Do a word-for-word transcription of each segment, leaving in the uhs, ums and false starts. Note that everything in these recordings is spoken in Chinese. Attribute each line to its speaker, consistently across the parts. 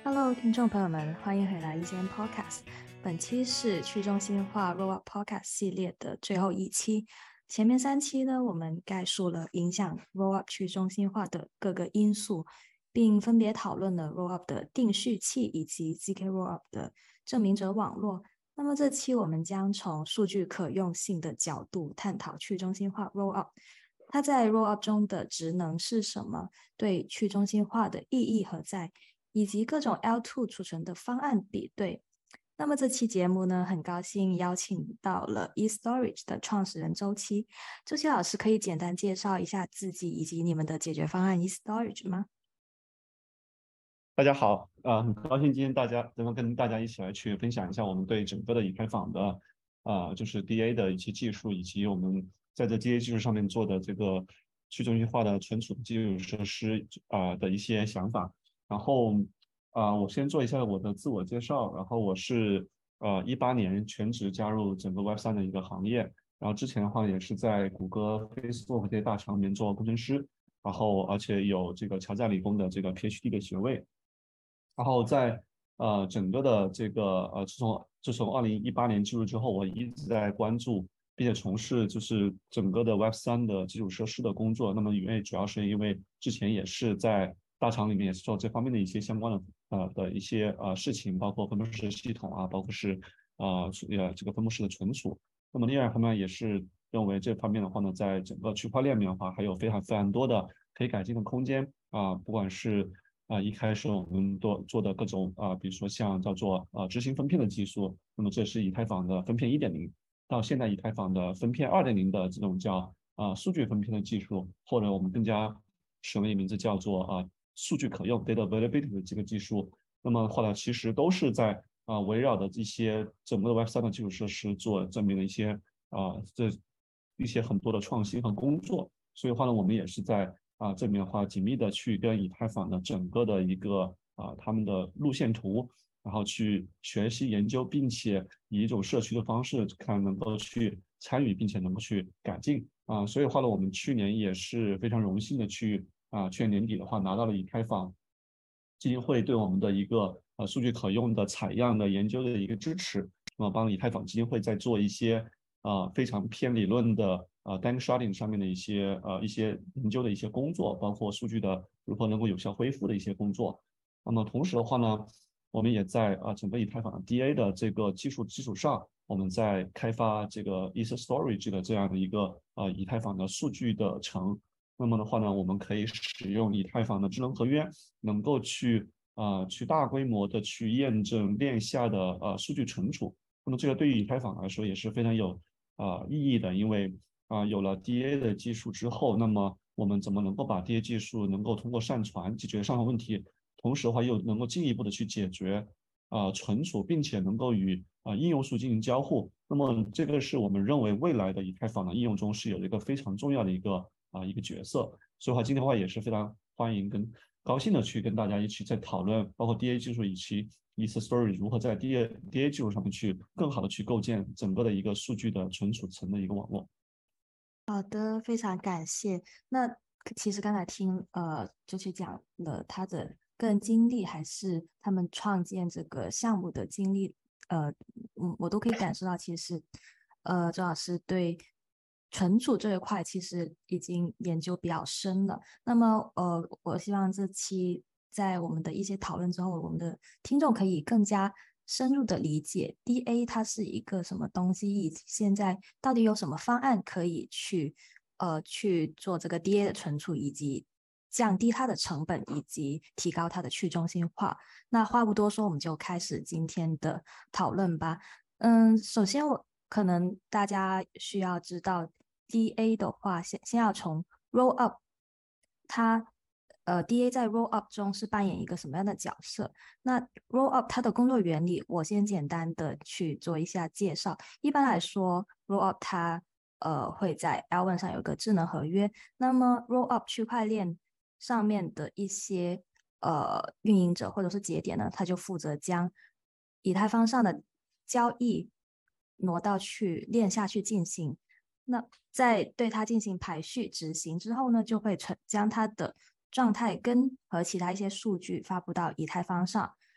Speaker 1: Hello，听众朋友们，欢迎回来一间 Podcast。本期是去中心化 Rollup Podcast 系列的最后一期。前面三期呢，我们概述了影响 Rollup 去中心化的各个因素，并分别讨论了 Rollup 的定序器以及 Z K Rollup 的证明者网络。那么这期我们将从数据可用性的角度探讨去中心化 Rollup。它在 Rollup 中的职能是什么？对去中心化的意义何在？以及各种 L 二 储存的方案比对。那么这期节目呢，很高兴邀请到了 eStorage 的创始人周期。周期老师可以简单介绍一下自己以及你们的解决方案 eStorage 吗？
Speaker 2: 大家好，啊、很高兴今天大家能够跟大家一起来去分享一下我们对整个的以太坊的啊、就是 D A 的一些技术，以及我们在这 D A 技术上面做的这个去中心化的存储基础设施啊、的一些想法。然后啊、我先做一下我的自我介绍。然后我是呃一八年全职加入整个 Web 三的一个行业，然后之前的话也是在谷歌、Facebook 这些大厂里面做工程师，然后而且有这个乔治亚理工的这个 PhD 的学位。然后在呃整个的这个呃，自从自从二零一八年进入之后，我一直在关注并且从事就是整个的 Web 三的基础设施的工作。那么因为主要是因为之前也是在大厂里面也是做这方面的一些相关的呃的一些呃事情，包括分布式系统啊，包括是呃呃这个分布式的存储。那么另外一方面也是认为这方面的话呢，在整个区块链面的话，还有非常非常多的可以改进的空间啊、不管是啊、一开始我们做做的各种啊、比如说像叫做呃执行分片的技术，那么这是以太坊的分片一点零，到现在以太坊的分片二点零的这种叫啊、数据分片的技术，或者我们更加使用的名字叫做啊、数据可用 data availability 的这个技术。那么后来其实都是在啊、围绕的这些整个的 Web 三的基础设施做这么的一些啊、这一些很多的创新和工作。所以的话呢，我们也是在啊、这里面的话紧密的去跟以太坊的整个的一个啊、他们的路线图，然后去学习研究，并且以一种社区的方式看能够去参与，并且能够去改进啊、所以的话呢，我们去年也是非常荣幸的去啊、去年年底的话拿到了以太坊基金会对我们的一个呃数据可用的采样的研究的一个支持。那么帮以太坊基金会在做一些啊、呃非常偏理论的呃 d a n sharding 上面的一些呃一些研究的一些工作，包括数据的如何能够有效恢复的一些工作。那么同时的话呢，我们也在啊、呃整个以太坊 D A 的这个技术基础上，我们在开发这个 eStorage 的这样的一个呃以太坊的数据的层。那么的话呢，我们可以使用以太坊的智能合约，能够去啊、呃去大规模的去验证链下的呃数据存储。那么这个对于以太坊来说也是非常有啊、呃意义的，因为啊、呃有了 D A 的技术之后，那么我们怎么能够把 D A 技术能够通过上传解决上传问题，同时的话又能够进一步的去解决啊、呃存储，并且能够与啊、呃应用数进行交互。那么这个是我们认为未来的以太坊的应用中是有一个非常重要的一个啊、一个角色。所以的话，今天的话也是非常欢迎跟高兴的去跟大家一起在讨论，包括 D A 技术以及 eStorage 如何在 D A D A 技术上面去更好的去构建整个的一个数据的存储层的一个网络。
Speaker 1: 好的，非常感谢。那其实刚才听呃，就去讲了他的个人经历，还是他们创建这个项目的经历，呃，嗯，我都可以感受到，其实呃，周老师对存储这一块其实已经研究比较深了。那么呃，我希望这期在我们的一些讨论之后，我们的听众可以更加深入的理解 D A 它是一个什么东西，以及现在到底有什么方案可以去呃去做这个 D A 的存储，以及降低它的成本，以及提高它的去中心化。那话不多说，我们就开始今天的讨论吧。嗯，首先我可能大家需要知道 D A 的话，先先要从 roll up 它呃 D A 在 roll up 中是扮演一个什么样的角色？那 roll up 它的工作原理，我先简单的去做一下介绍。一般来说，roll up 它呃会在 L 一 上有一个智能合约，那么 roll up 区块链上面的一些呃运营者或者是节点呢，他就负责将以太坊上的交易挪到去链下去进行。那在对它进行排序执行之后呢，就会成将它的状态跟和其他一些数据发布到以太坊上。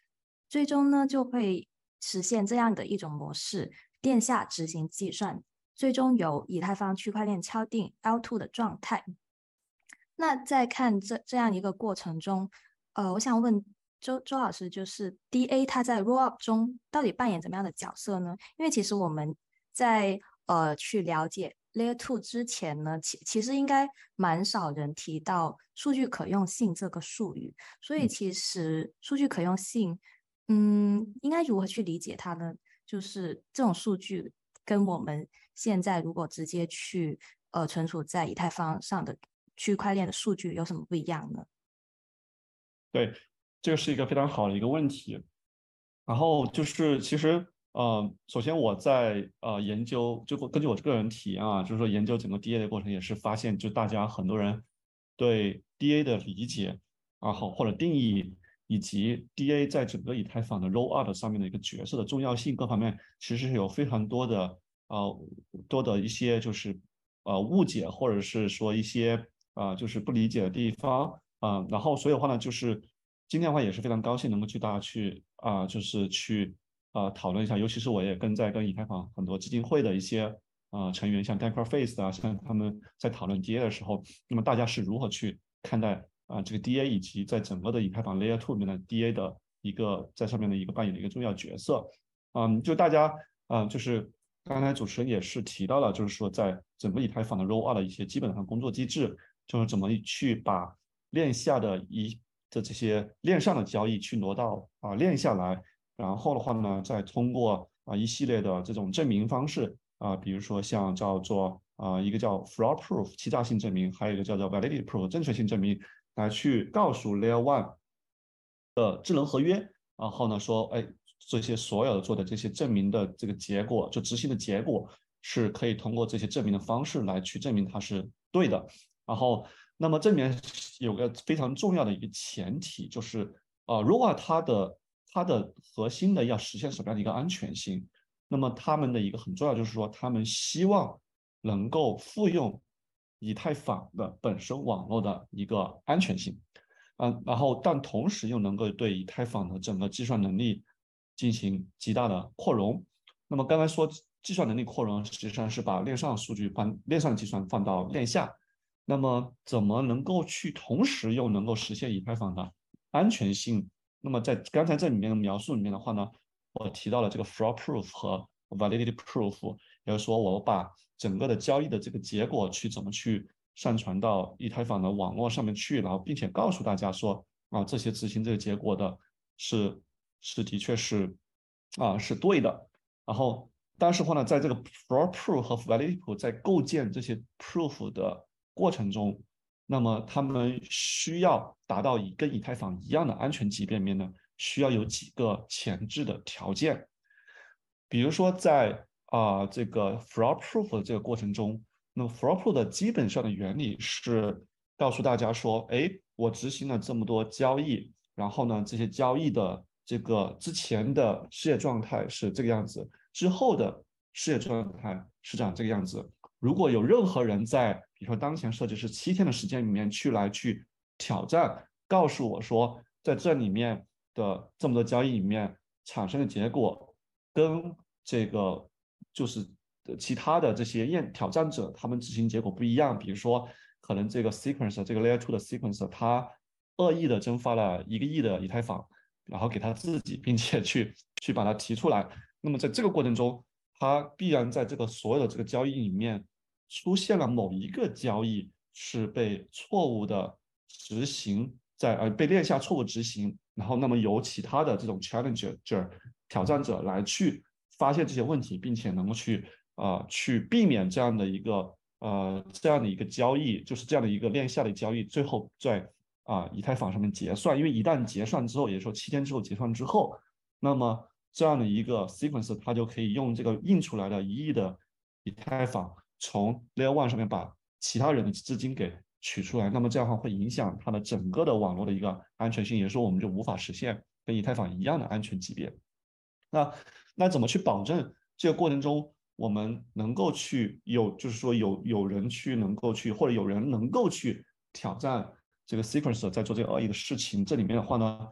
Speaker 1: 最终呢就会实现这样的一种模式：链下执行计算，最终由以太坊区块链敲定 L 二 的状态。那在看这这样一个过程中，呃，我想问周周老师，就是 D A 它在 Rollup 中到底扮演怎么样的角色呢？因为其实我们在呃去了解 Layer 二之前呢，其其实应该蛮少人提到数据可用性这个术语，所以其实数据可用性，嗯，应该如何去理解它呢？就是这种数据跟我们现在如果直接去呃存储在以太坊上的区块链的数据有什么不一样呢？
Speaker 2: 对，这个是一个非常好的一个问题。然后就是其实呃，首先我在呃研究，就根据我个人体验啊，就是说研究整个 D A 的过程，也是发现就大家很多人对 D A 的理解，然后或者定义，以及 D A 在整个以太坊的 rollout 上面的一个角色的重要性各方面，其实是有非常多的呃多的一些就是呃误解，或者是说一些啊、呃就是不理解的地方啊、呃然后所以的话呢，就是今天的话也是非常高兴能够去大家去啊、呃就是去啊讨论一下，尤其是我也跟在跟以太坊很多基金会的一些呃成员，像 Decra Face 啊，像他们在讨论 D A 的时候，那么大家是如何去看待啊、呃这个 D A 以及在整个的以太坊 Layer 二里面的 D A 的一个在上面的一个扮演的一个重要角色。嗯，就大家啊、呃就是刚才主持人也是提到了，就是说在整个以太坊的 rollout 的一些基本上工作机制，就是怎么去把链下的一的这些链上的交易去挪到啊、链下来，然后的话呢，再通过啊、一系列的这种证明方式啊、比如说像叫做啊、一个叫 fraud proof 欺诈性证明，还有一个叫做 validity proof 正确性证明，来去告诉 Layer One 的智能合约，然后呢说，哎，这些所有的做的这些证明的这个结果，就执行的结果是可以通过这些证明的方式来去证明它是对的。然后，那么这里面有个非常重要的一个前提，就是呃，如果它的它的核心的要实现什么样的一个安全性，那么他们的一个很重要就是说，他们希望能够复用以太坊的本身网络的一个安全性。嗯，然后但同时又能够对以太坊的整个计算能力进行极大的扩容。那么刚才说计算能力扩容，实际上是把链上数据放链上的计算放到链下。那么怎么能够去同时又能够实现以太坊的安全性？那么在刚才这里面的描述里面的话呢，我提到了这个 fraud proof 和 validity proof，也就是说我把整个的交易的这个结果去怎么去上传到以太坊的网络上面去，然后并且告诉大家说啊，这些执行这个结果的是是的确是啊是对的。然后但是话呢，在这个 fraud proof 和 validity proof 在构建这些 proof 的过程中，那么他们需要达到以跟以太坊一样的安全级别面呢，需要有几个前置的条件。比如说在啊、呃这个 fraud proof 的这个过程中，那么 fraud proof 的基本上的原理是告诉大家说，哎，我执行了这么多交易，然后呢，这些交易的这个之前的事业状态是这个样子，之后的事业状态是长这个样子。如果有任何人在，比如说当前设置是七天的时间里面去来去挑战，告诉我说，在这里面的这么多交易里面产生的结果跟这个就是其他的这些验挑战者他们执行结果不一样，比如说可能这个 sequence 这个 layer two 的 sequence 它恶意的蒸发了一个亿的以太坊，然后给他自己，并且去去把它提出来。那么在这个过程中，它必然在这个所有的这个交易里面出现了某一个交易是被错误的执行在呃被链下错误执行，然后那么由其他的这种 challenger 挑战者来去发现这些问题，并且能够去呃去避免这样的一个呃这样的一个交易，就是这样的一个链下的交易，最后在啊、呃以太坊上面结算，因为一旦结算之后，也就是说七天之后结算之后，那么这样的一个 sequence 它就可以用这个印出来的一亿的以太坊从 Layer One 上面把其他人的资金给取出来，那么这样的话会影响它的整个的网络的一个安全性，也就是说我们就无法实现跟以太坊一样的安全级别。那那怎么去保证这个过程中我们能够去有，就是说有有人去能够去，或者有人能够去挑战这个 sequence 在做这个恶意的事情？这里面的话呢，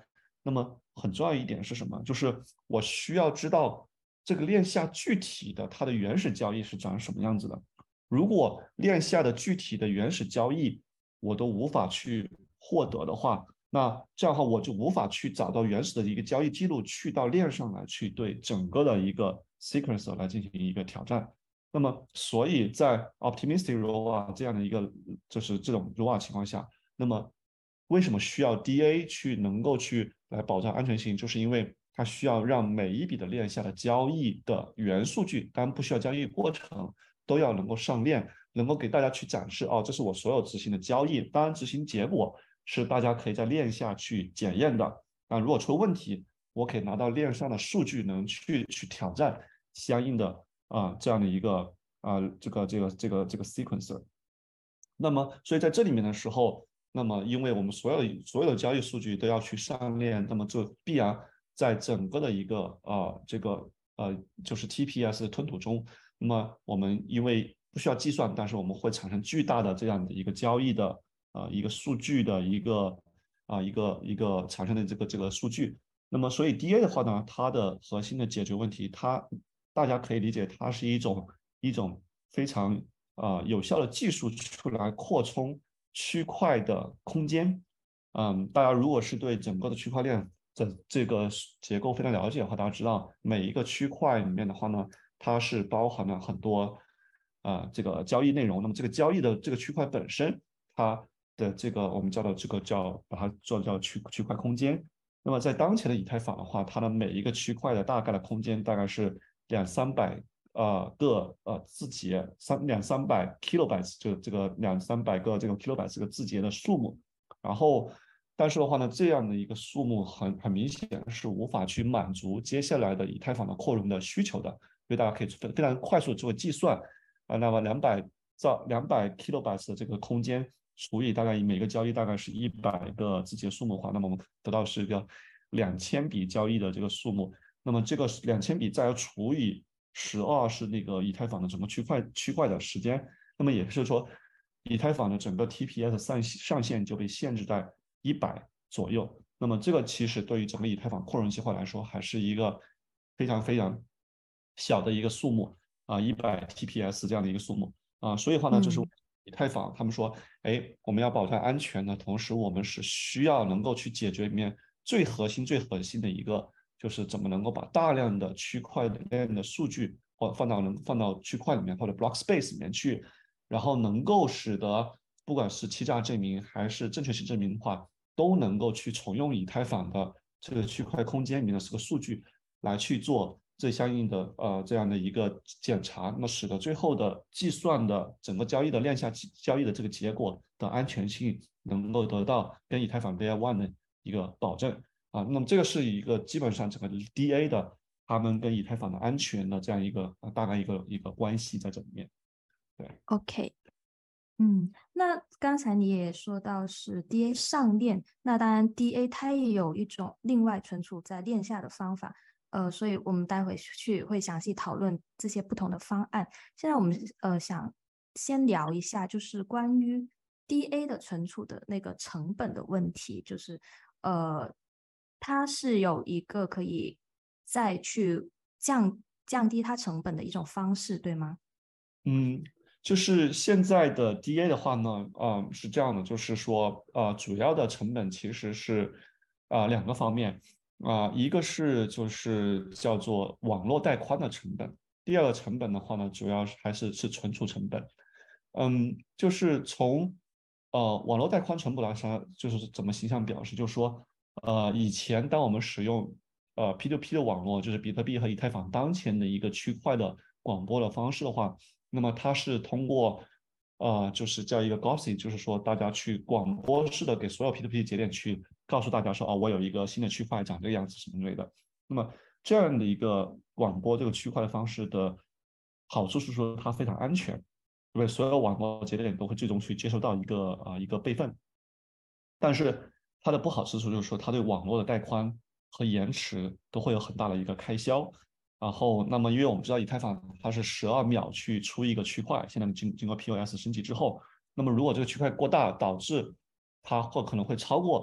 Speaker 2: 那么很重要一点是什么？就是我需要知道这个链下具体的它的原始交易是长什么样子的。如果链下的具体的原始交易我都无法去获得的话，那这样的话我就无法去找到原始的一个交易记录，去到链上来去对整个的一个 sequence 来进行一个挑战。那么，所以在 optimistic R O A 这样的一个就是这种 R O A 情况下，那么为什么需要 D A 去能够去来保障安全性？就是因为它需要让每一笔的链下的交易的原数据，当然不需要交易过程，都要能够上链，能够给大家去展示哦，这是我所有执行的交易。当然，执行结果是大家可以在链下去检验的。啊，如果出了问题，我可以拿到链上的数据，能去去挑战相应的啊这样的一个啊这个这个这个这个 sequencer。那么，所以在这里面的时候，那么因为我们所有所有的交易数据都要去上链，那么就必然在整个的一个呃这个呃就是 T P S 吞吐中，那么我们因为不需要计算，但是我们会产生巨大的这样的一个交易的呃一个数据的一个啊、呃、一个一个产生的这个这个数据。那么所以 D A 的话呢，它的核心的解决问题，它大家可以理解它是一种一种非常啊、呃、有效的技术出来扩充区块的空间。嗯，大家如果是对整个的区块链的这个结构非常了解的话，大家知道每一个区块里面的话呢，它是包含了很多啊、呃、这个交易内容。那么这个交易的这个区块本身，它的这个我们叫的这个叫把它做叫区区块空间。那么在当前的以太坊的话，它的每一个区块的大概的空间大概是两三百呃个呃字节，三两三百 kilobytes 就这个两三百个这个 kilobytes 这个字节的数目。然后，但是的话呢，这样的一个数目很很明显是无法去满足接下来的以太坊的扩容的需求的，所以大家可以非非常快速的做计算啊，那么两百兆两百 kilobytes 的这个空间除以大概每个交易大概是一百个字节数目的话，那么我们得到是一个两千笔交易的这个数目。那么这个两千笔再要除以十二是那个以太坊的整个区块区块的时间，那么也就是说，以太坊的整个 T P S 上上限就被限制在一百左右。那么这个其实对于整个以太坊扩容计划来说，还是一个非常非常小的一个数目啊，一百 T P S 这样的一个数目啊。所以的话呢，就是
Speaker 1: 嗯
Speaker 2: 以太坊他们说，哎，我们要保障安全的同时，我们是需要能够去解决里面最核心、最核心的一个，就是怎么能够把大量的区块链的数据或放到能放到区块里面或者 block space 里面去，然后能够使得不管是欺诈证明还是正确性证明的话，都能够去重用以太坊的这个区块空间里面的这个数据来去做这相应的呃这样的一个检查，那么使得最后的计算的整个交易的链下交易的这个结果的安全性能够得到跟以太坊 Layer One 的一个保证啊。那么这个是一个基本上整个 D A 的他们跟以太坊的安全的这样一个大概一个一个关系在这里面。对。
Speaker 1: ，OK。嗯，那刚才你也说到是 D A 上链，那当然 D A 它也有一种另外存储在链下的方法，呃，所以我们待会去会详细讨论这些不同的方案。现在我们呃想先聊一下，就是关于 D A 的存储的那个成本的问题，就是呃，它是有一个可以再去降降低它成本的一种方式，对吗？
Speaker 2: 嗯，就是现在的 D A 的话呢，啊、是这样的，就是说，啊，主要的成本其实是啊、两个方面啊、一个是就是叫做网络带宽的成本，第二个成本的话呢，主要是还是是存储成本。嗯，就是从呃网络带宽成本来说，就是怎么形象表示，就是说，呃，以前当我们使用呃 P to P 的网络，就是比特币和以太坊当前的一个区块的广播的方式的话，那么它是通过呃，就是叫一个 gossip，就是说大家去广播式的给所有 P to P 节点去告诉大家说，哦，我有一个新的区块长这个样子什么之类的。那么这样的一个广播这个区块的方式的好处是说它非常安全，因为所有网络节点都会最终去接收到一个啊、呃、一个备份。但是它的不好之处就是说，它对网络的带宽和延迟都会有很大的一个开销。然后，那么因为我们知道以太坊它是十二秒去出一个区块，现在经经过 P O S 升级之后，那么如果这个区块过大，导致它或可能会超过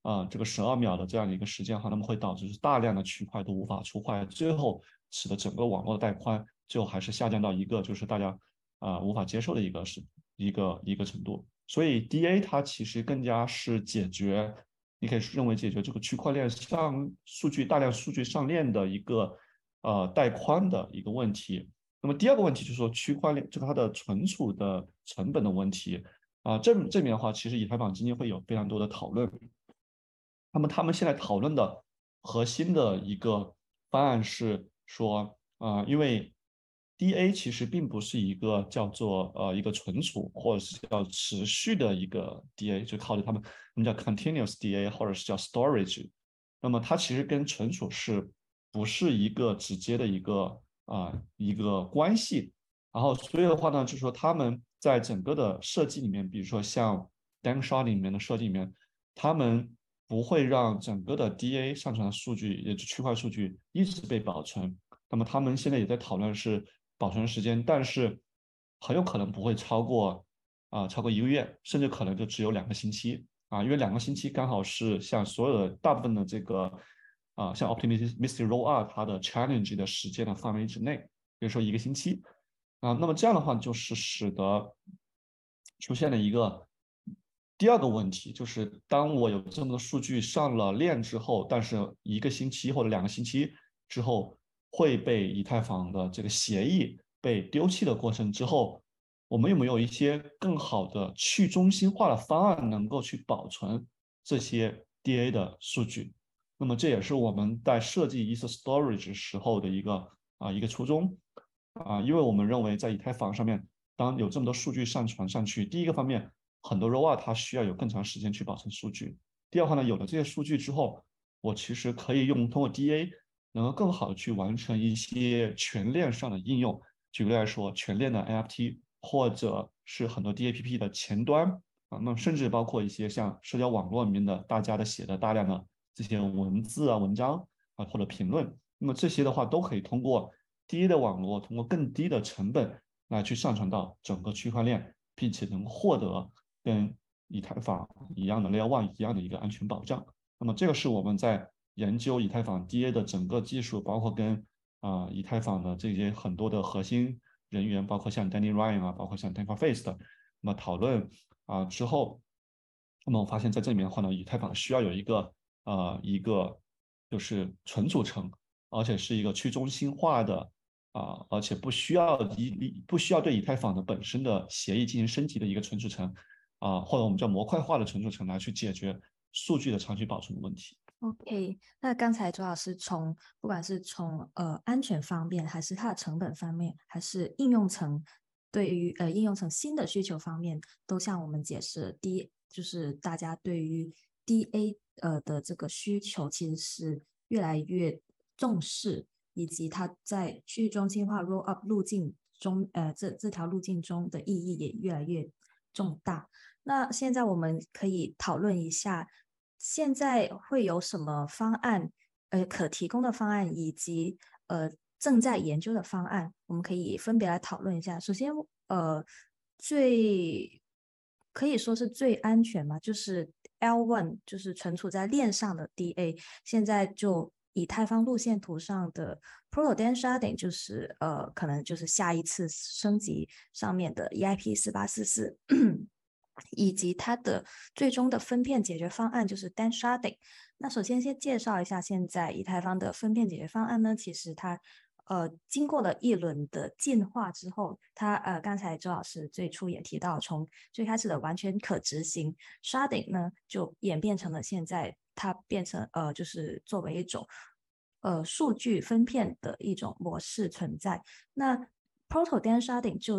Speaker 2: 啊、呃这个十二秒的这样的一个时间哈，那么会导致大量的区块都无法出坏，最后使得整个网络的带宽最后还是下降到一个就是大家啊、呃无法接受的一个是一个一个程度。所以 D A 它其实更加是解决，你可以认为解决这个区块链上数据大量数据上链的一个呃带宽的一个问题。那么第二个问题就是说区块链这个它的存储的成本的问题啊、这这边的话，其实以太坊今天会有非常多的讨论。那么他们现在讨论的核心的一个方案是说，啊、呃因为 D A 其实并不是一个叫做呃一个存储或者是叫持续的一个 D A，就靠着他们我们叫 continuous D A 或者是叫 storage。那么它其实跟存储是不是一个直接的一个啊、呃一个关系？然后所以的话呢，就是说他们在整个的设计里面，比如说像 Dankshard 里面的设计里面，他们不会让整个的 D A 上传的数据，也就区块数据一直被保存。那么他们现在也在讨论是保存时间，但是很有可能不会超过啊、呃超过一个月，甚至可能就只有两个星期啊，因为两个星期刚好是像所有的大部分的这个啊、像 Optimistic Rollup 它的 challenge 的时间的范围之内，比如说一个星期啊，那么这样的话就是使得出现了一个第二个问题，就是当我有这么多数据上了链之后，但是一个星期或者两个星期之后会被以太坊的这个协议被丢弃的过程之后，我们有没有一些更好的去中心化的方案能够去保存这些 D A 的数据？那么这也是我们在设计 E T H Storage 时候的一个啊一个初衷啊，因为我们认为在以太坊上面，当有这么多数据上传上去，第一个方面，很多 rollup 它需要有更长时间去保存数据；第二话呢，有了这些数据之后，我其实可以用通过 D A 能够更好的去完成一些全链上的应用。举个例来说，全链的 N F T 或者是很多 D A P P 的前端啊，那甚至包括一些像社交网络里面的大家的写的大量的这些文字啊、文章啊或者评论，那么这些的话都可以通过低的网络，通过更低的成本来去上传到整个区块链，并且能获得跟以太坊一样的 Layer One 一样的一个安全保障。那么这个是我们在研究以太坊 D A 的整个技术，包括跟啊、呃以太坊的这些很多的核心人员，包括像 Danny Ryan 啊，包括像 Temperface 的，那么讨论啊、呃之后，那么我发现在这里面的话呢，以太坊需要有一个呃一个就是纯组成，而且是一个去中心化的啊、而且不需要以不需要对以太坊的本身的协议进行升级的一个存储层啊、或者我们叫模块化的存储层来去解决数据的长期保存的问题。
Speaker 1: OK，那刚才周老师从不管是从呃安全方面，还是它的成本方面，还是应用层对于呃应用层新的需求方面，都向我们解释 D 就是大家对于 D A 呃的这个需求其实是越来越重视，以及它在去中心化 roll up 路径中呃这这条路径中的意义也越来越重大。那现在我们可以讨论一下。现在会有什么方案，呃，可提供的方案，以及呃正在研究的方案，我们可以分别来讨论一下。首先，呃，最可以说是最安全嘛，就是 L 一，就是存储在链上的 D A，现在就以太坊路线图上的 Proto Danksharding，就是呃，可能就是下一次升级上面的 E I P 四八四四。以及它的最终的分片解决方案就是 Danksharding。那首先先介绍一下现在以太坊的分片解决方案呢，其实它呃经过了一轮的进化之后，它呃刚才周老师最初也提到，从最开始的完全可执行 sharding 呢，就演变成了现在它变成呃就是作为一种呃数据分片的一种模式存在。那 Proto Danksharding 就是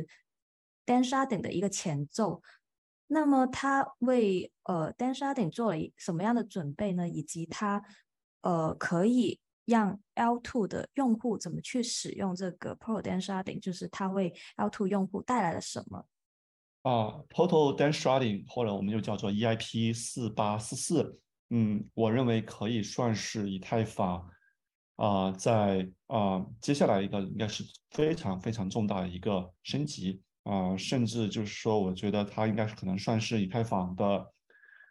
Speaker 1: Danksharding 的一个前奏。那么它为呃 Danksharding 做了什么样的准备呢？以及它呃可以让 L 二 的用户怎么去使用这个 Pro Danksharding，就是它为 L 二 用户带来了什么？
Speaker 2: 啊，Total Danksharding 或者我们又叫做 E I P 四八四四，嗯，我认为可以算是以太坊啊、在啊、接下来一个应该是非常非常重大的一个升级啊、甚至就是说，我觉得它应该是可能算是以太坊的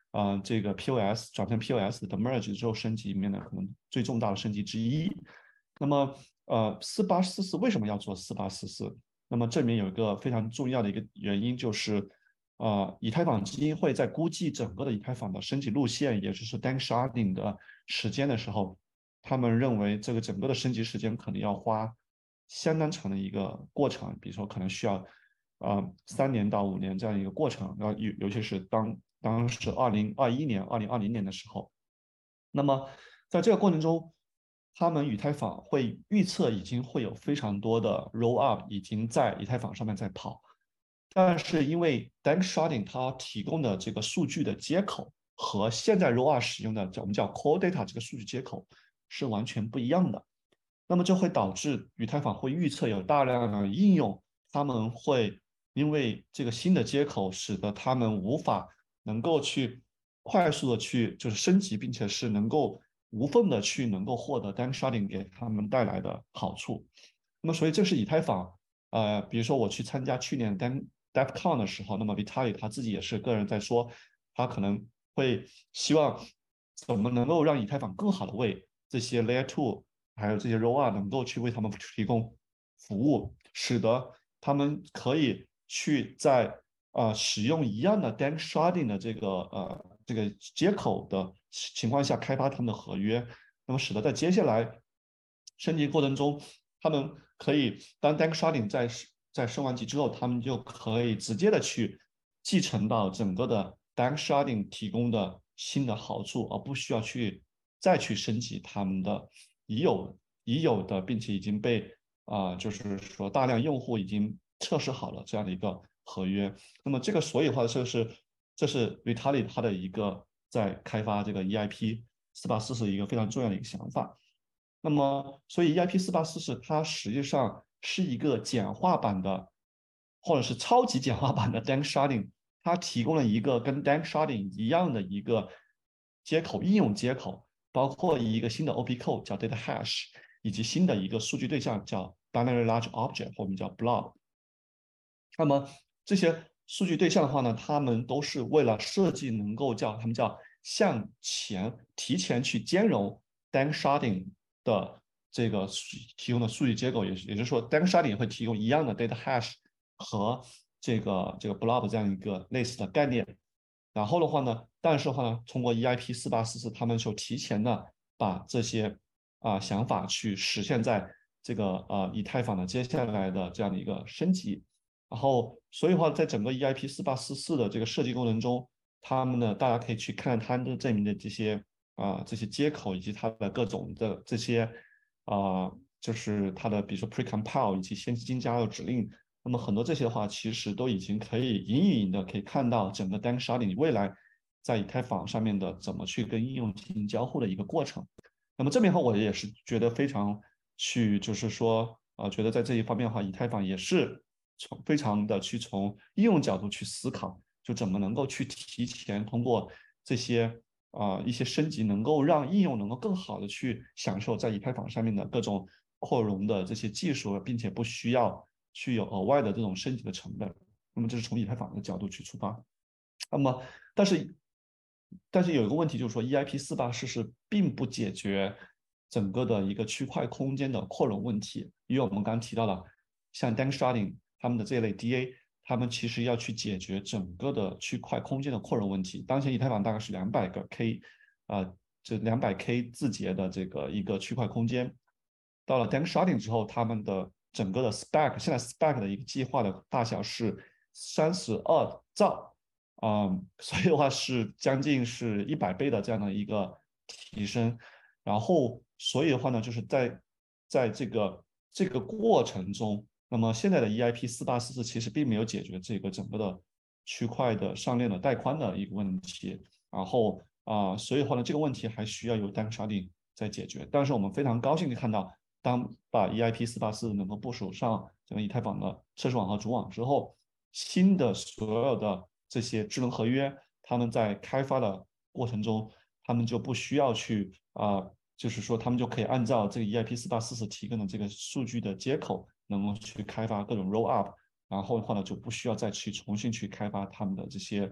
Speaker 2: 啊、呃、这个 P O S 转成 P O S 的 merge 之后升级里面的可能最重大的升级之一。那么呃四八四四为什么要做四八四四？那么这里面有一个非常重要的一个原因就是。呃，以太坊基金会在估计整个的以太坊的升级路线，也就是 Dank Sharding 的时间的时候，他们认为这个整个的升级时间可能要花相当长的一个过程，比如说可能需要呃三年到五年这样一个过程，然后尤尤其是当当时二零二一年、二零二零年的时候，那么在这个过程中，他们以太坊会预测已经会有非常多的 roll up 已经在以太坊上面在跑。但是因为 Dank Sharding 它提供的这个数据的接口和现在 Roll 二使用的叫我们叫 Core Data 这个数据接口是完全不一样的，那么就会导致以太坊会预测有大量的应用，他们会因为这个新的接口，使得他们无法能够去快速的去就是升级，并且是能够无缝的去能够获得 Dank Sharding 给他们带来的好处。那么所以这是以太坊。呃，比如说我去参加去年 Dan DevCon 的时候，那么 Vitalik 他自己也是个人在说，他可能会希望怎么能够让以太坊更好的为这些 Layer Two 还有这些 Roll 二能够去为他们提供服务，使得他们可以去在呃使用一样的 Dank Sharding 的这个呃这个接口的情况下开发他们的合约，那么使得在接下来升级过程中，他们可以当 Dank Sharding 在在升完级之后，他们就可以直接的去继承到整个的 Dank Sharding 提供的新的好处，而不需要去再去升级他们的已有已有的，并且已经被啊、呃，就是说大量用户已经测试好了这样的一个合约。那么这个所以的话，这是这是 Vitalik 他的一个在开发这个 E I P 四八四是一个非常重要的一个想法。那么，所以 E I P 四八四是它实际上是一个简化版的，或者是超级简化版的 Dank Sharding，它提供了一个跟 Dank Sharding 一样的一个接口，应用接口，包括一个新的 O P code 叫 Data Hash，以及新的一个数据对象叫 Binary Large Object，或者叫 Blob。那么这些数据对象的话呢，他们都是为了设计能够叫他们叫向前提前去兼容 Dank Sharding 的这个提供的数据结构，也也就是说 Dank Sharding 也会提供一样的 data hash 和这个这个 blob 这样一个类似的概念。然后的话呢，但是的话呢，通过 E I P 四八四四，他们就提前的把这些啊、呃、想法去实现在这个呃以太坊的接下来的这样的一个升级。然后，所以的话，在整个 E I P 四八四四的这个设计过程中，他们呢，大家可以去看它的证明的这些啊、呃、这些接口以及它的各种的这些啊、呃、就是它的比如说 precompile 以及先进加入指令，那么很多这些的话，其实都已经可以隐隐隐的可以看到整个 Dank Sharding 未来在以太坊上面的怎么去跟应用进行交互的一个过程。那么这边的话，我也是觉得非常去就是说啊、呃，觉得在这一方面的话，以太坊也是。从非常的去从应用角度去思考，就怎么能够去提前通过这些啊、呃、一些升级，能够让应用能够更好的去享受在以太坊上面的各种扩容的这些技术，并且不需要去有额外的这种升级的成本。那么这是从以太坊的角度去出发。那么，但是但是有一个问题就是说，E I P 四八四是并不解决整个的一个区块空间的扩容问题，因为我们刚刚提到了，像 Dank Sharding 他们的这一类 D A，他们其实要去解决整个的区块空间的扩容问题。当前以太坊大概是两百个 K，啊、呃，这两百 K 字节的这个一个区块空间。到了 Dank Sharding 之后，他们的整个的 Spec，现在 Spec 的一个计划的大小是三十二兆。啊、嗯，所以的话是将近是一百倍的这样的一个提升，然后所以的话呢，就是在在这个这个过程中，那么现在的 E I P 四八四四其实并没有解决这个整个的区块的上链的带宽的一个问题，然后啊、呃，所以的话呢，这个问题还需要由 Dank Sharding 在解决。但是我们非常高兴的看到，当把 E I P 四八四能够部署上整个以太坊的测试网和主网之后，新的所有的这些智能合约，他们在开发的过程中，他们就不需要去啊、呃，就是说他们就可以按照这个 E I P 四八四四提供的这个数据的接口，能够去开发各种 roll up，然后的话呢，就不需要再去重新去开发他们的这些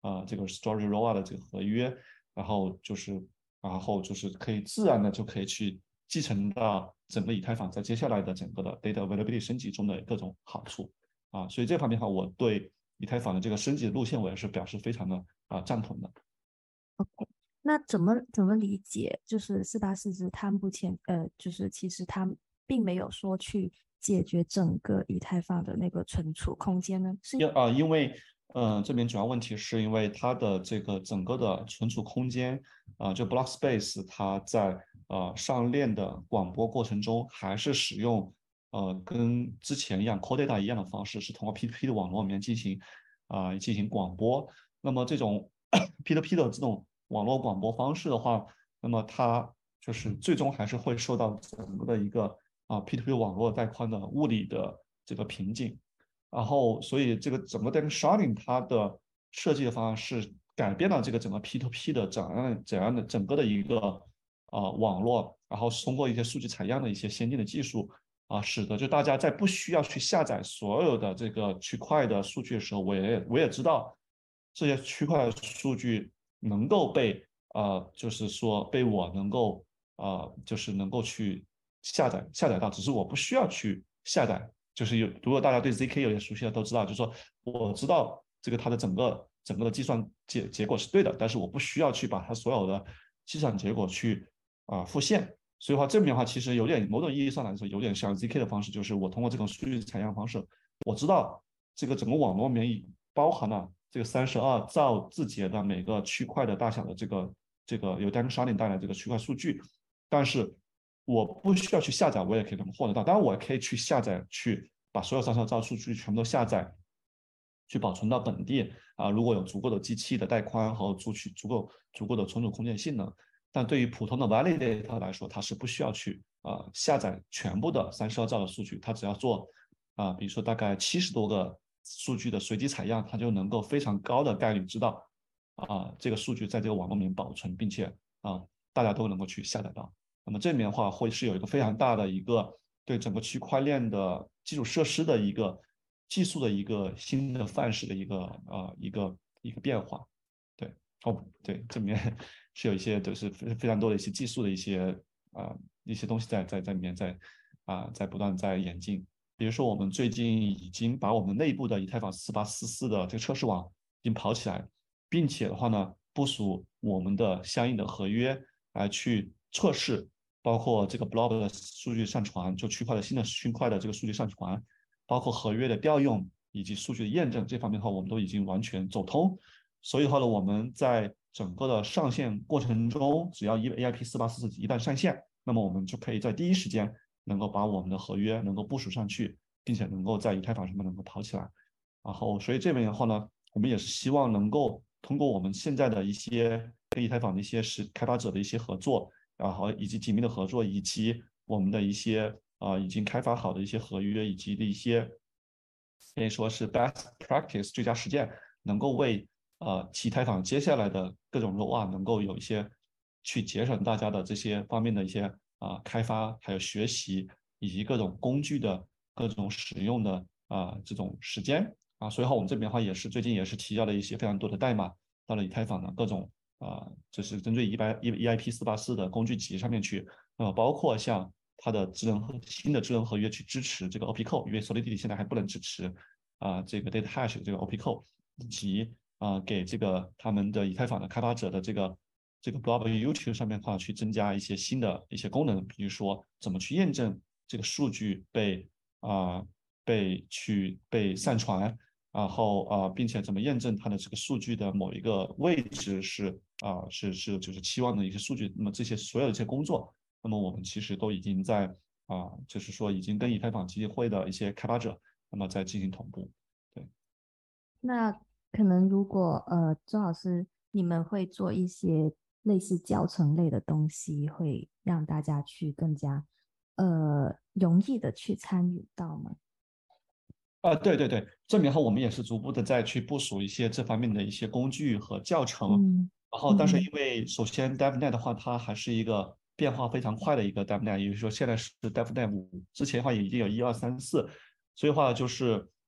Speaker 2: 啊、呃、这个 storage rollup 的这个合约，然后就是然后就是可以自然的就可以去继承到整个以太坊在接下来的整个的 data availability 升级中的各种好处啊，所以这方面的话，我对以太坊的这个升级的路线，我也是表示非常的啊赞同的。
Speaker 1: OK，那怎么怎么理解？就是四八四之它目前呃，就是其实它并没有说去解决整个以太坊的那个存储空间呢？是
Speaker 2: 因啊，因为嗯、呃，这边主要问题是因为它的这个整个的存储空间啊、呃，就 block space，它在呃上链的广播过程中还是使用呃跟之前一样 core data 一样的方式，是通过 P to P 的网络里面进行啊、呃、进行广播。那么这种 P to P 的这种网络广播方式的话，那么它就是最终还是会受到整个的一个啊 P to P 网络带宽的物理的这个瓶颈。然后，所以这个整个 data sharding 它的设计的方案是改变了这个整个 P to P 的怎样怎样的整个的一个啊、呃、网络，然后通过一些数据采样的一些先进的技术啊、呃，使得就大家在不需要去下载所有的这个区块的数据的时候，我也我也知道这些区块的数据能够被呃，就是说被我能够呃，就是能够去下载下载到，只是我不需要去下载。就是有，如果大家对 Z K 有点熟悉的都知道，就是说我知道这个它的整个整个的计算结结果是对的，但是我不需要去把它所有的计算结果去啊、呃、复现。所以的话，这边的话其实有点某种意义上来说，有点像 Z K 的方式，就是我通过这种数据采样方式，我知道这个整个网络里面包含了这个三十二兆字节的每个区块的大小的这个这个由 Data Sharding 带来这个区块数据，但是我不需要去下载，我也可以能获得到。当然，我也可以去下载，去把所有三十二兆数据全部都下载，去保存到本地啊。如果有足够的机器的带宽和足去足够足够的存储空间性能，但对于普通的 validator 来说，它是不需要去啊、呃、下载全部的三十二兆的数据，它只要做啊、呃，比如说大概七十多个数据的随机采样，它就能够非常高的概率知道啊、呃、这个数据在这个网络里面保存，并且啊、呃、大家都能够去下载到。那么这里面的话，会是有一个非常大的一个对整个区块链的基础设施的一个技术的一个新的范式的一个呃一个一个变化。对，哦，对，这里面是有一些就是非非常多的一些技术的一些啊、呃、一些东西在在在里面在啊、呃、在不断在演进。比如说，我们最近已经把我们内部的以太坊四八四四的这个测试网已经跑起来，并且的话呢，部署我们的相应的合约来去测试，包括这个 blob 的数据上传，就区块的新的区块的这个数据上传，包括合约的调用以及数据的验证这方面的话，我们都已经完全走通。所以的话呢，我们在整个的上线过程中，只要 A I P 四八四四一旦上线，那么我们就可以在第一时间能够把我们的合约能够部署上去，并且能够在以太坊上面能够跑起来。然后，所以这边的话呢，我们也是希望能够通过我们现在的一些跟以太坊的一些是开发者的一些合作，然后以及紧密的合作，以及我们的一些啊、呃、已经开发好的一些合约，以及的一些可以说是 best practice 最佳实践，能够为呃以太坊接下来的各种 rollout 能够有一些去节省大家的这些方面的一些啊、呃、开发，还有学习以及各种工具的各种使用的啊、呃、这种时间啊，所以话我们这边的话也是最近也是提交了一些非常多的代码到了以太坊的各种啊、呃，就是针对一百 E I P 四八四的工具集上面去，呃，包括像它的智能合新的智能合约去支持这个 O P code，因为 Solidity 现在还不能支持啊、呃、这个 Data Hash 这个 O P code，以及啊、呃、给这个他们的以太坊的开发者的这个这个 Blob YouTube 上面的话去增加一些新的一些功能，比如说怎么去验证这个数据被啊、呃、被去被上传。然后啊、呃，并且怎么验证它的这个数据的某一个位置是啊、呃、是是就是期望的一些数据，那么这些所有的一些工作，那么我们其实都已经在啊、呃，就是说已经跟以太坊基金会的一些开发者，那么在进行同步。对。
Speaker 1: 那可能如果呃，周老师你们会做一些类似教程类的东西，会让大家去更加呃容易的去参与到吗？
Speaker 2: 啊，对对对，这边后我们也是逐步的在去部署一些这方面的一些工具和教程，
Speaker 1: 嗯
Speaker 2: 然后但是因
Speaker 1: 嗯
Speaker 2: 为首先 DevNet 的话，它还是一个变化非常快的一个 DevNet，也就是说现在是 DevNet 五，之前的话也已经有一二三四，所以话就是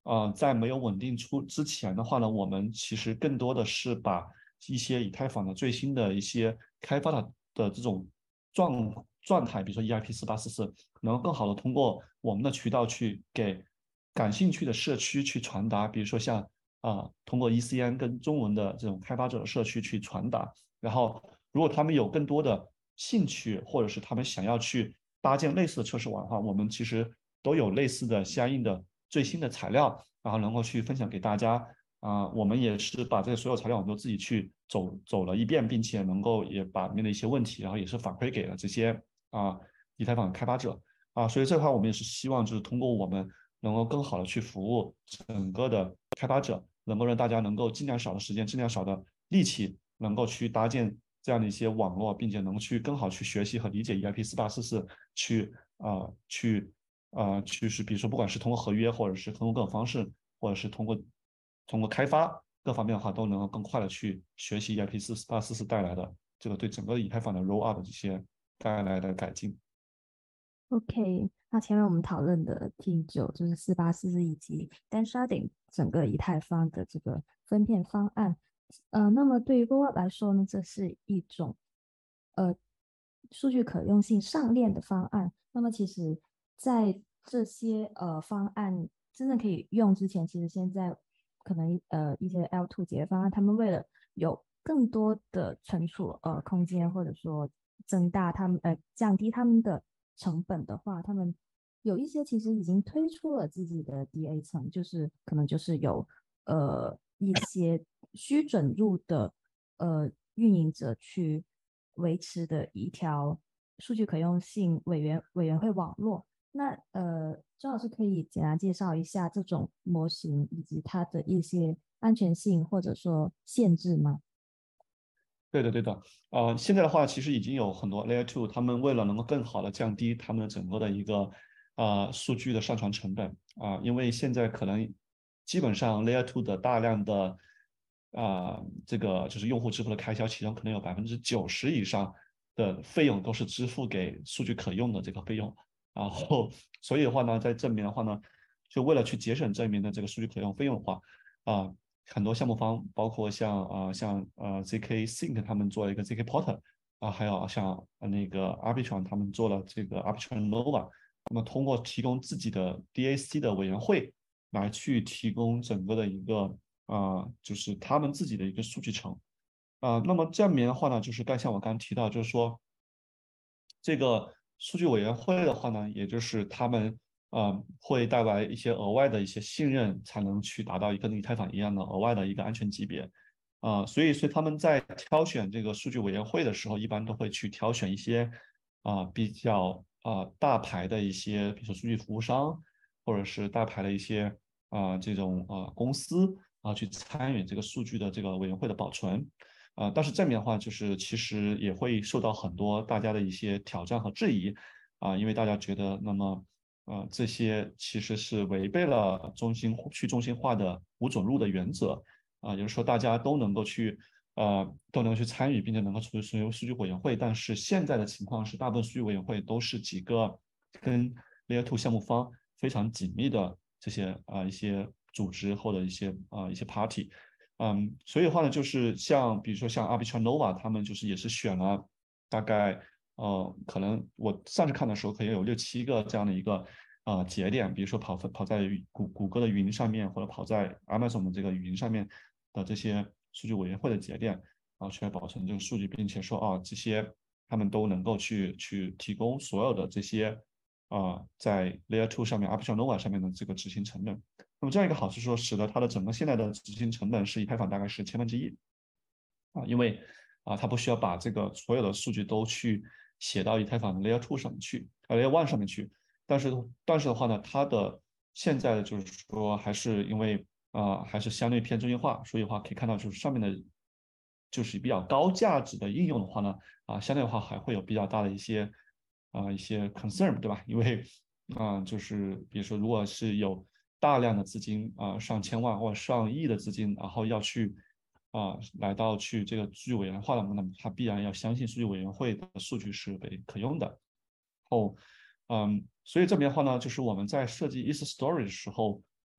Speaker 2: 呃，在没有稳定出之前的话呢，我们其实更多的是把一些以太坊的最新的一些开发的的这种状状态，比如说 E I P 四八四四，能够更好的通过我们的渠道去给感兴趣的社区去传达，比如说像啊、呃通过 E C N 跟中文的这种开发者的社区去传达，然后如果他们有更多的兴趣，或者是他们想要去搭建类似的测试网的话，我们其实都有类似的相应的最新的材料，然后能够去分享给大家。啊、呃我们也是把这所有材料我们都自己去走走了一遍，并且能够也把里面的一些问题，然后也是反馈给了这些啊、呃以太坊开发者啊、所以这块我们也是希望就是通过我们能够更好的去服务整个的开发者，能够让大家能够尽量少的时间、尽量少的力气，能够去搭建这样的一些网络，并且能去更好去学习和理解 E I P 四八四四，去啊、呃、去啊、呃、去是比如说不管是通过合约，或者是通过各种方式，或者是通过通过开发各方面的话，都能够更快的去学习 E I P 四八四四带来的这个对整个以太坊的 roll up 这些带来的改进。
Speaker 1: OK，那前面我们讨论的 T 九就是四八四四以及 Dan Sharding 整个以太坊的这个分片方案，呃，那么对于 Rollup 来说呢，这是一种呃数据可用性上链的方案。那么其实，在这些呃方案真正可以用之前，其实现在可能呃一些 L 二 解决方案，他们为了有更多的存储呃空间，或者说增大他们呃降低他们的成本的话，他们有一些其实已经推出了自己的 D A 层，就是可能就是有呃一些虚准入的呃运营者去维持的一条数据可用性委员委员会网络。那呃，周老师可以简单介绍一下这种模型以及它的一些安全性或者说限制吗？
Speaker 2: 对的，对的，呃，现在的话，其实已经有很多 Layer Two，他们为了能够更好的降低他们整个的一个呃数据的上传成本啊、因为现在可能基本上 Layer Two 的大量的啊、这个就是用户支付的开销，其中可能有百分之九十以上的费用都是支付给数据可用的这个费用，然后所以的话呢，在这里面的话呢，就为了去节省这里面的这个数据可用费用的话，啊、很多项目方，包括像呃像呃 Z K Sync 他们做了一个 Z K Porter 啊、还有像呃那个 Arbitrum 他们做了这个 Arbitrum Nova，那么通过提供自己的 D A C 的委员会来去提供整个的一个啊、呃就是他们自己的一个数据层啊、那么这里面的话呢，就是刚像我刚刚提到，就是说这个数据委员会的话呢，也就是他们呃会带来一些额外的一些信任，才能去达到一个跟以太坊一样的额外的一个安全级别。啊、所以所以他们在挑选这个数据委员会的时候，一般都会去挑选一些啊、比较啊、大牌的一些，比如说数据服务商，或者是大牌的一些啊、这种啊、公司啊去参与这个数据的这个委员会的保存。啊，但是正面的话，就是其实也会受到很多大家的一些挑战和质疑啊，因为大家觉得，那么呃这些其实是违背了中心去中心化的无准入的原则啊，也就是说大家都能够去呃都能够去参与，并且能够成为数据委员会，但是现在的情况是，大部分数据委员会都是几个跟 Layer Two 项目方非常紧密的这些啊、一些组织或者一些啊、一些 party。嗯，所以的话呢，就是像比如说像 Arbitrum Nova，他们就是也是选了大概呃，可能我上次看的时候，可能有六七个这样的一个呃节点，比如说跑跑在谷谷歌的云上面，或者跑在 Amazon 的这个云上面的这些数据委员会的节点，然后去来保存这个数据，并且说啊，这些他们都能够去去提供所有的这些啊、呃在 Layer Two 上面 Arbitrum Nova 上面的这个执行成本。那么这样一个好处是说，使得它的整个现在的执行成本是以太坊大概是千分之一啊，因为啊，它不需要把这个所有的数据都去写到以太坊的 Layer Two 上面去，呃，Layer One 上面去。但是但是的话呢，它的现在的就是说，还是因为啊、还是相对偏中心化，所以的话可以看到，就是上面的，就是比较高价值的应用的话呢，啊，相对的话还会有比较大的一些啊、一些 concern，对吧？因为啊、就是比如说，如果是有大量的资金啊、上千万或者上亿的资金，然后要去啊、来到去这个数据委员会了，那么他必然要相信数据委员会的数据是被可用的。后，嗯，所以这边的话呢，就是我们在设计 E T H Story 的时候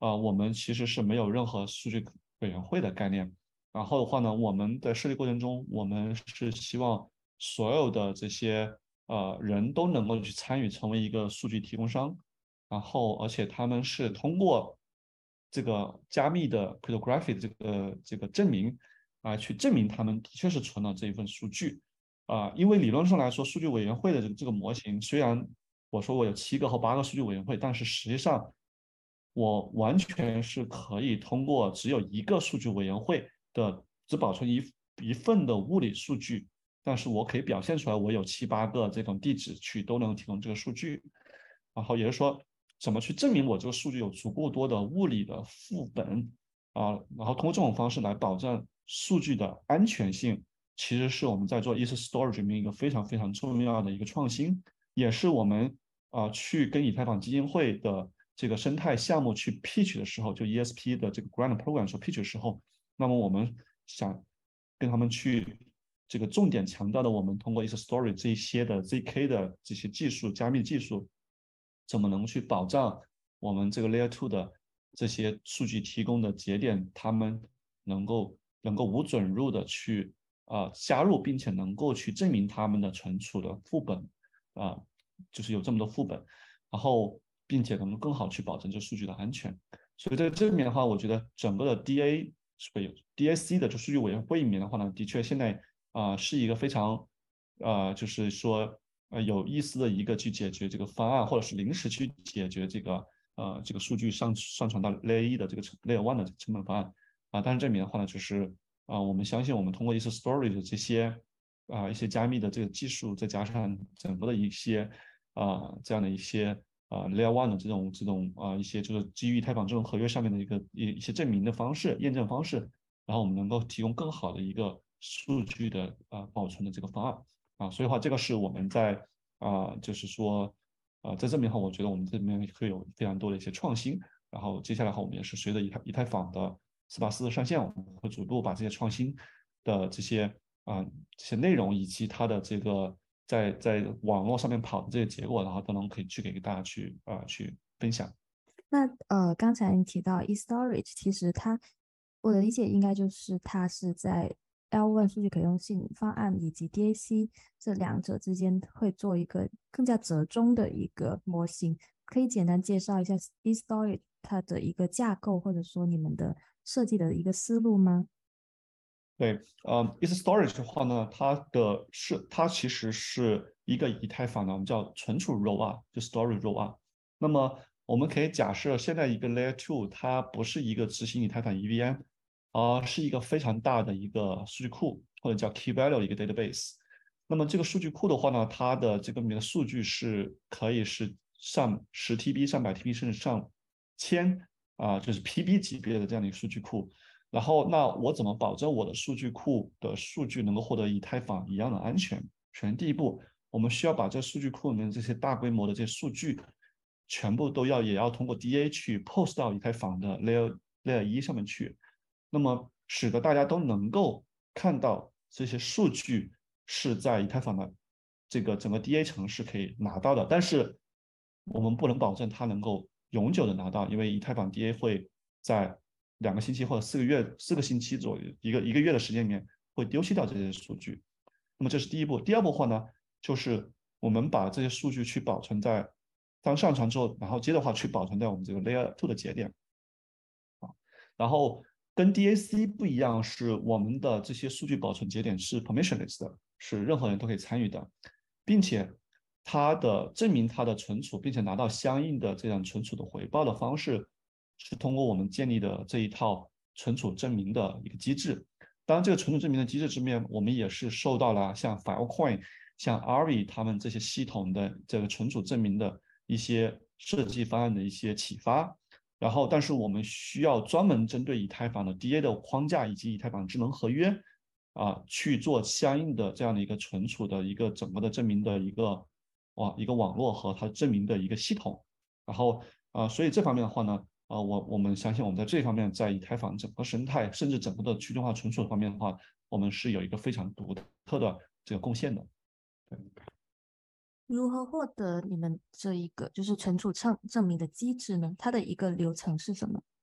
Speaker 2: 啊、我们其实是没有任何数据委员会的概念。然后的话呢，我们在设计过程中，我们是希望所有的这些呃人都能够去参与，成为一个数据提供商。然后而且他们是通过这个加密的 cryptography 这个这个证明啊、去证明他们的确是存了这一份数据。啊、因为理论上来说，数据委员会的这个这个模型，虽然我说我有七个和八个数据委员会，但是实际上我完全是可以通过只有一个数据委员会的只保存一一份的物理数据，但是我可以表现出来我有七八个这种地址去都能提供这个数据。然后也就是说，怎么去证明我这个数据有足够多的物理的副本啊？然后通过这种方式来保证数据的安全性，其实是我们在做 E T H storage 里面一个非常非常重要的一个创新，也是我们啊、呃去跟以太坊基金会的这个生态项目去 pitch 的时候，就 E S P 的这个 grant program 所 pitch 的时候，那么我们想跟他们去这个重点强调的，我们通过 E T H storage 这一些的 Z K 的这些技术，加密技术，怎么能去保障我们这个 Layer Two 的这些数据提供的节点，他们能够能够无准入的去啊、呃加入，并且能够去证明他们的存储的副本啊、呃就是有这么多副本，然后并且能更好去保证这数据的安全。所以在这里面的话，我觉得整个的 D A 委 D A C 的就数据委员会里面的话呢，的确现在啊、呃是一个非常呃就是说呃有意思的一个去解决这个方案，或者是临时去解决这个呃这个数据上上传到 Layer 一的这个 Layer One 的成本方案啊。但是这里面的话呢，就是啊、呃我们相信我们通过一次 Storage 的这些啊、呃一些加密的这个技术，再加上整个的一些啊、呃这样的一些啊、呃 Layer One 的这种这种啊、呃一些就是基于以太坊这种合约上面的一个一一些证明的方式、验证方式，然后我们能够提供更好的一个数据的啊、呃保存的这个方案啊。所以的话这个是我们在啊、呃就是说啊、呃在这边的话，我觉得我们这边会有非常多的一些创新。然后接下来的话，我们也是随着以太以太坊的四八四的上线，我们会逐步把这些创新的这些啊、呃这些内容以及它的这个在在网络上面跑的这些结果，然后都能可以去给大家去啊、呃去分享。
Speaker 1: 那呃，刚才你提到 e-storage，其实它我的理解应该就是它是在 L 一 数据可用性方案以及 D A C 这两者之间会做一个更加折中的一个模型。可以简单介绍一下 e-storage 它的一个架构，或者说你们的设计的一个思路吗？
Speaker 2: 对，呃 e t h storage 的话呢，它的是它其实是一个以太坊的，我们叫存储 roll up，就 storage roll up。那么我们可以假设现在一个 layer two，它不是一个执行以太坊 E V M，而是一个非常大的一个数据库，或者叫 key value 一个 database。那么这个数据库的话呢，它的这个里面的数据是可以是上十 T B、上百 T B，甚至上千啊、就是 P B 级别的这样的一个数据库。然后，那我怎么保证我的数据库的数据能够获得以太坊一样的安全？首先，第一步，我们需要把这数据库里面这些大规模的这些数据，全部都要也要通过 D A 去 post 到以太坊的 Layer Layer 一上面去，那么使得大家都能够看到这些数据是在以太坊的这个整个 D A 城市可以拿到的，但是我们不能保证它能够永久的拿到，因为以太坊 D A 会在两个星期或者四个月、四个星期左右，一个一个月的时间里面会丢弃掉这些数据。那么这是第一步。第二步的话呢，就是我们把这些数据去保存在当上传之后，然后接着话去保存在我们这个 Layer Two 的节点。然后跟 D A C 不一样，是我们的这些数据保存节点是 permissionless 的，是任何人都可以参与的，并且它的证明它的存储，并且拿到相应的这样存储的回报的方式，是通过我们建立的这一套存储证明的一个机制。当然，这个存储证明的机制之面，我们也是受到了像 Filecoin、像 Aave 他们这些系统的这个存储证明的一些设计方案的一些启发。然后，但是我们需要专门针对以太坊的 D A 的框架以及以太坊智能合约啊去做相应的这样的一个存储的一个整个的证明的一个哇一个网络和它证明的一个系统。然后啊，所以这方面的话呢，啊，我我们相信我们在这方面，在以太坊整个生态，甚至整个的去中心化存储方面的话，我们是有一个非常独特的这个贡献的。对。
Speaker 1: 如何获得你们这一个就是存储证证明的机制呢？它的一个流程是什么？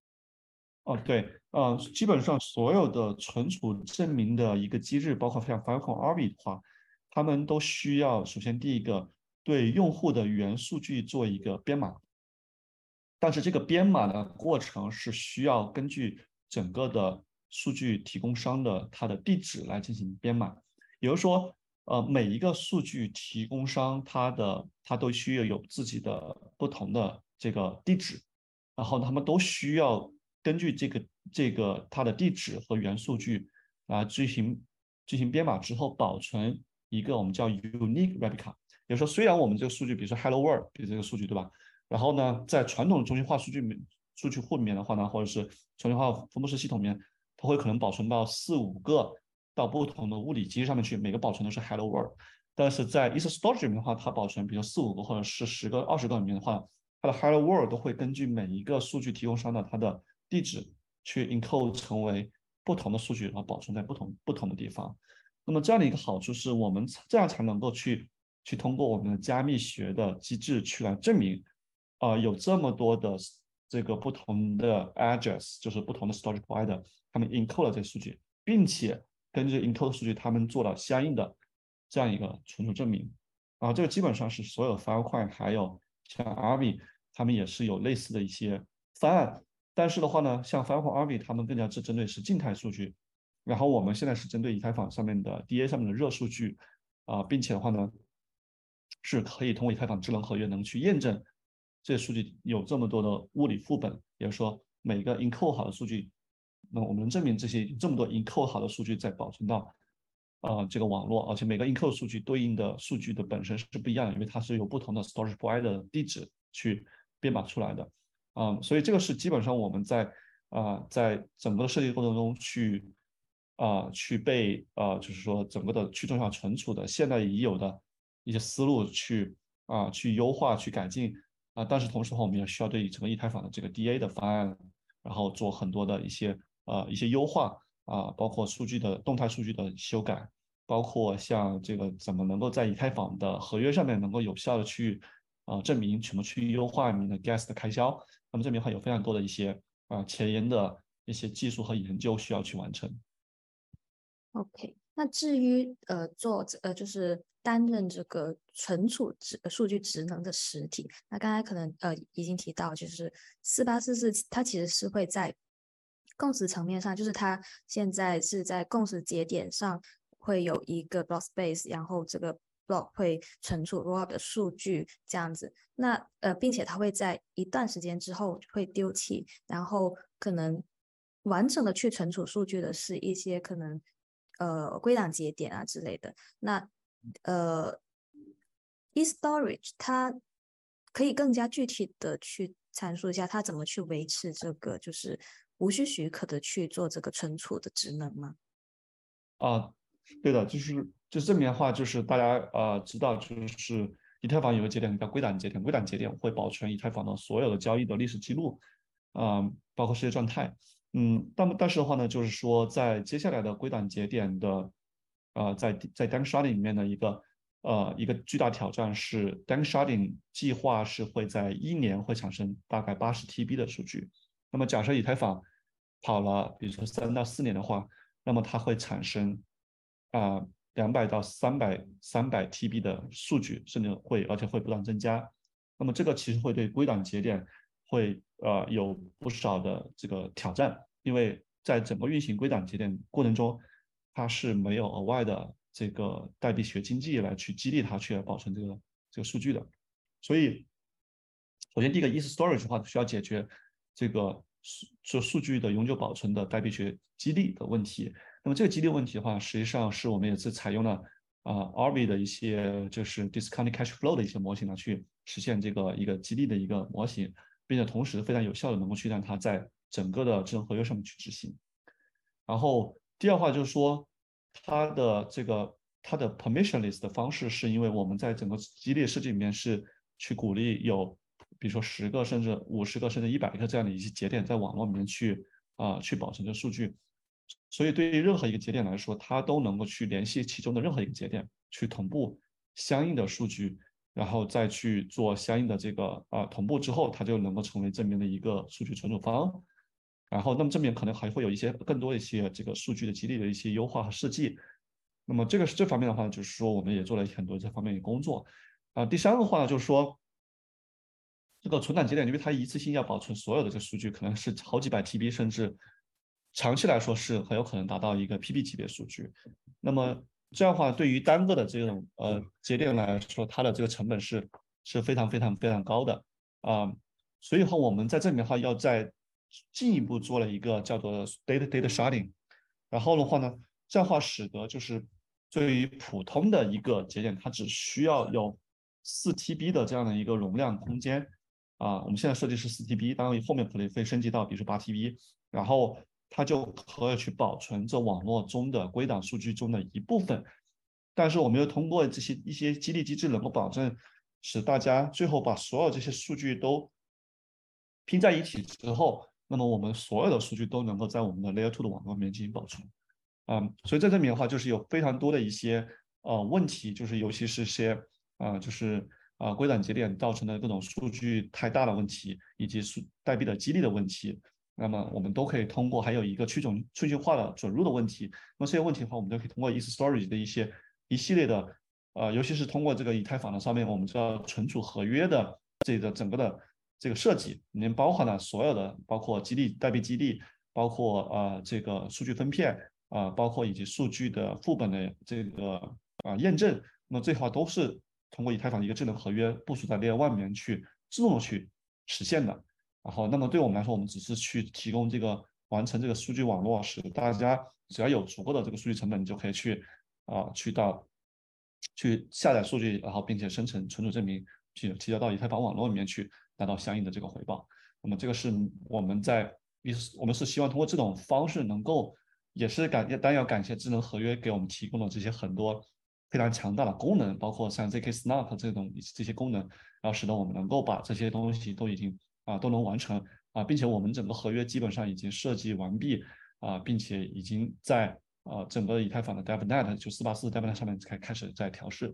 Speaker 2: 哦，对，呃，基本上所有的存储证明的一个机制，包括像 Filecoin Arby 的话，他们都需要首先第一个对用户的原数据做一个编码，但是这个编码的过程是需要根据整个的数据提供商的它的地址来进行编码，也就是说，呃，每一个数据提供商它的它都需要有自己的不同的这个地址，然后他们都需要根据这个这个它的地址和原数据啊进行进行编码之后保存一个我们叫 unique replica，也就是说，虽然我们这个数据，比如说 hello world，比如这个数据对吧？然后呢，在传统的中心化数据数据库里面的话呢，或者是中心化分布式系统里面，它会可能保存到四五个到不同的物理机上面去，每个保存都是 hello world。但是在 E T H storage 里面的话，它保存比如四五个或者是十个、二十个里面的话，它的 hello world 都会根据每一个数据提供商的它的地址去 encode 成为不同的数据，然后保存在不同不同的地方。那么这样的一个好处是我们这样才能够去去通过我们的加密学的机制去来证明，啊、呃有这么多的这个不同的 address，就是不同的 storage provider，他们 encode 了这个数据，并且根据 encode 数据，他们做了相应的这样一个存储证明。啊，这个基本上是所有 Filecoin 还有像 Arby 他们也是有类似的一些方案。但是的话呢，像 Filecoin Arby 他们更加是针对是静态数据，然后我们现在是针对以太坊上面的 D A 上面的热数据啊、呃并且的话呢，是可以通过以太坊智能合约能去验证这些数据有这么多的物理副本，也就是说每个 encode 好的数据，那我们能证明这些这么多 encode 好的数据在保存到呃这个网络，而且每个 encode 数据对应的数据的本身是不一样的，因为它是由不同的 storage provider 的地址去编码出来的。啊、嗯所以这个是基本上我们在啊、呃在整个设计过程中去啊、呃去被啊、呃就是说整个的去中心化存储的现在已有的一些思路去啊、呃去优化去改进啊、呃但是同时的话，我们也需要对整个以太坊的这个 D A 的方案，然后做很多的一些呃一些优化啊、包括数据的动态数据的修改。包括像这个怎么能够在以太坊的合约上面能够有效的去呃证明，怎么去优化你的 gas 的开销，那么这边还有非常多的一些啊、呃前沿的一些技术和研究需要去完成。
Speaker 1: OK，那至于呃做这呃就是担任这个存储职呃数据职能的实体，那刚才可能呃已经提到，就是四八四四它其实是会在共识层面上，就是它现在是在共识节点上会有一个 block space，然后这个 block 会存储 roll up 的数据这样子。那呃，并且它会在一段时间之后会丢弃，然后可能完整的去存储数据的是一些可能呃归档节点啊之类的。那呃，e-storage 它可以更加具体的去阐述一下它怎么去维持这个就是无需许可的去做这个存储的职能吗？
Speaker 2: 啊，对的，就是就是这里面的话，就是大家呃知道，就是以太坊有个节点叫归档节点，归档节点会保存以太坊的所有的交易的历史记录，啊、包括世界状态。嗯，但但是的话呢，就是说在接下来的归档节点的，呃，在在 Dank Sharding 里面的一个呃一个巨大挑战是 Dank Sharding 计划是会在一年会产生大概八十 T B 的数据。那么假设以太坊跑了，比如说三到四年的话，那么它会产生啊两百到三百三百 T B 的数据，甚至会而且会不断增加。那么这个其实会对归档节点会呃有不少的这个挑战，因为在整个运行归档节点过程中，它是没有额外的这个代币学经济来去激励它去保存这个这个数据的。所以，首先第一个 e t storage 的话，需要解决这个数就数据的永久保存的代币学激励的问题。那么这个激励问题的话，实际上是我们也是采用了啊、呃、Arby 的一些就是 discounted cash flow 的一些模型呢，去实现这个一个激励的一个模型，并且同时非常有效的能够去让它在整个的智能合约上面去执行。然后第二话就是说，它的这个它的 permissionless 的方式，是因为我们在整个激励设计里面是去鼓励有，比如说十个甚至五十个甚至一百个这样的一些节点在网络里面去啊、呃去保存这数据，所以对于任何一个节点来说，它都能够去联系其中的任何一个节点，去同步相应的数据，然后再去做相应的这个啊、呃同步之后，它就能够成为这边的一个数据存储方。 然后那么这边可能还会有一些更多一些这个数据的激励的一些优化和设计。那么这个是这方面的话，就是说我们也做了很多这方面的工作。啊、呃，第三个话呢，就是说这个存档节点，因为它一次性要保存所有的这个数据，可能是好几百 T B， 甚至长期来说是很有可能达到一个 P B 级别数据。那么这样的话，对于单个的这种呃节点来说，它的这个成本是是非常非常非常高的啊、呃。所以话我们在这里面的话，要再进一步做了一个叫做 data data sharding。然后的话呢，这样的话使得就是对于普通的一个节点，它只需要有四 T B 的这样的一个容量空间。啊，我们现在设计是四 T B， 当然后面可能会升级到比如说八 T B， 然后它就可以去保存这网络中的归档数据中的一部分。但是我们又通过这些一些激励机制，能够保证使大家最后把所有这些数据都拼在一起之后，那么我们所有的数据都能够在我们的 Layer 二的网络里面进行保存。嗯，所以在这里面的话，就是有非常多的一些呃问题，就是尤其是些啊、呃，就是啊、呃、归档节点造成的各种数据太大的问题，以及数代币的激励的问题。那么我们都可以通过，还有一个去准数据化的准入的问题。那么这些问题的话，我们都可以通过 EthStorage 的一些一系列的呃，尤其是通过这个以太坊的上面，我们知道存储合约的这个整个的这个设计，里面包含了所有的，包括激励、代币激励，包括呃这个数据分片。啊、呃，包括以及数据的副本的这个啊、呃、验证，那么这话都是通过以太坊的一个智能合约部署在 Layer 一里面去自动的去实现的。然后，那么对我们来说，我们只是去提供这个完成这个数据网络，使大家只要有足够的这个数据成本，你就可以去啊、呃、去到去下载数据，然后并且生成存储证明，去提交到以太坊网络里面去，拿到相应的这个回报。那么这个是我们在我们是希望通过这种方式能够。也是感当然要感谢智能合约给我们提供了这些很多非常强大的功能，包括像 Z K Snark 这种这些功能，然后使得我们能够把这些东西都已经啊都能完成啊，并且我们整个合约基本上已经设计完毕啊，并且已经在啊整个以太坊的 DevNet 就四八四 DevNet 上面开开始在调试。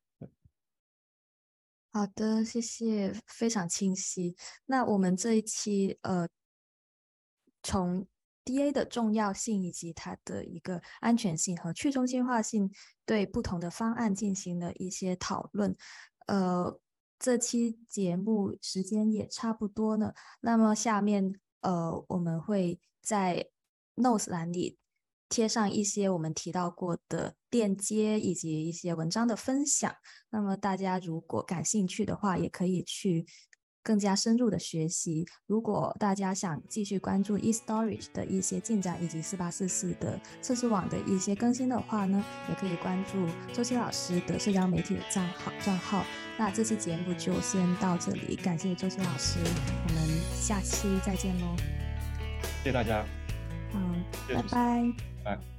Speaker 1: 好的，谢谢，非常清晰。那我们这一期呃，从 D A 的重要性以及它的一个安全性和去中心化性对不同的方案进行了一些讨论。呃，这期节目时间也差不多了，那么下面呃我们会在 Notes 栏里贴上一些我们提到过的链接以及一些文章的分享。那么大家如果感兴趣的话，也可以去更加深入的学习。如果大家想继续关注 EthStorage 的一些进展以及四八四四的测试网的一些更新的话呢，也可以关注周琦老师的社交媒体的账号账号。那这期节目就先到这里，感谢周琦老师，我们下期再见喽。
Speaker 2: 谢谢大家。
Speaker 1: 嗯，拜拜。
Speaker 2: 拜。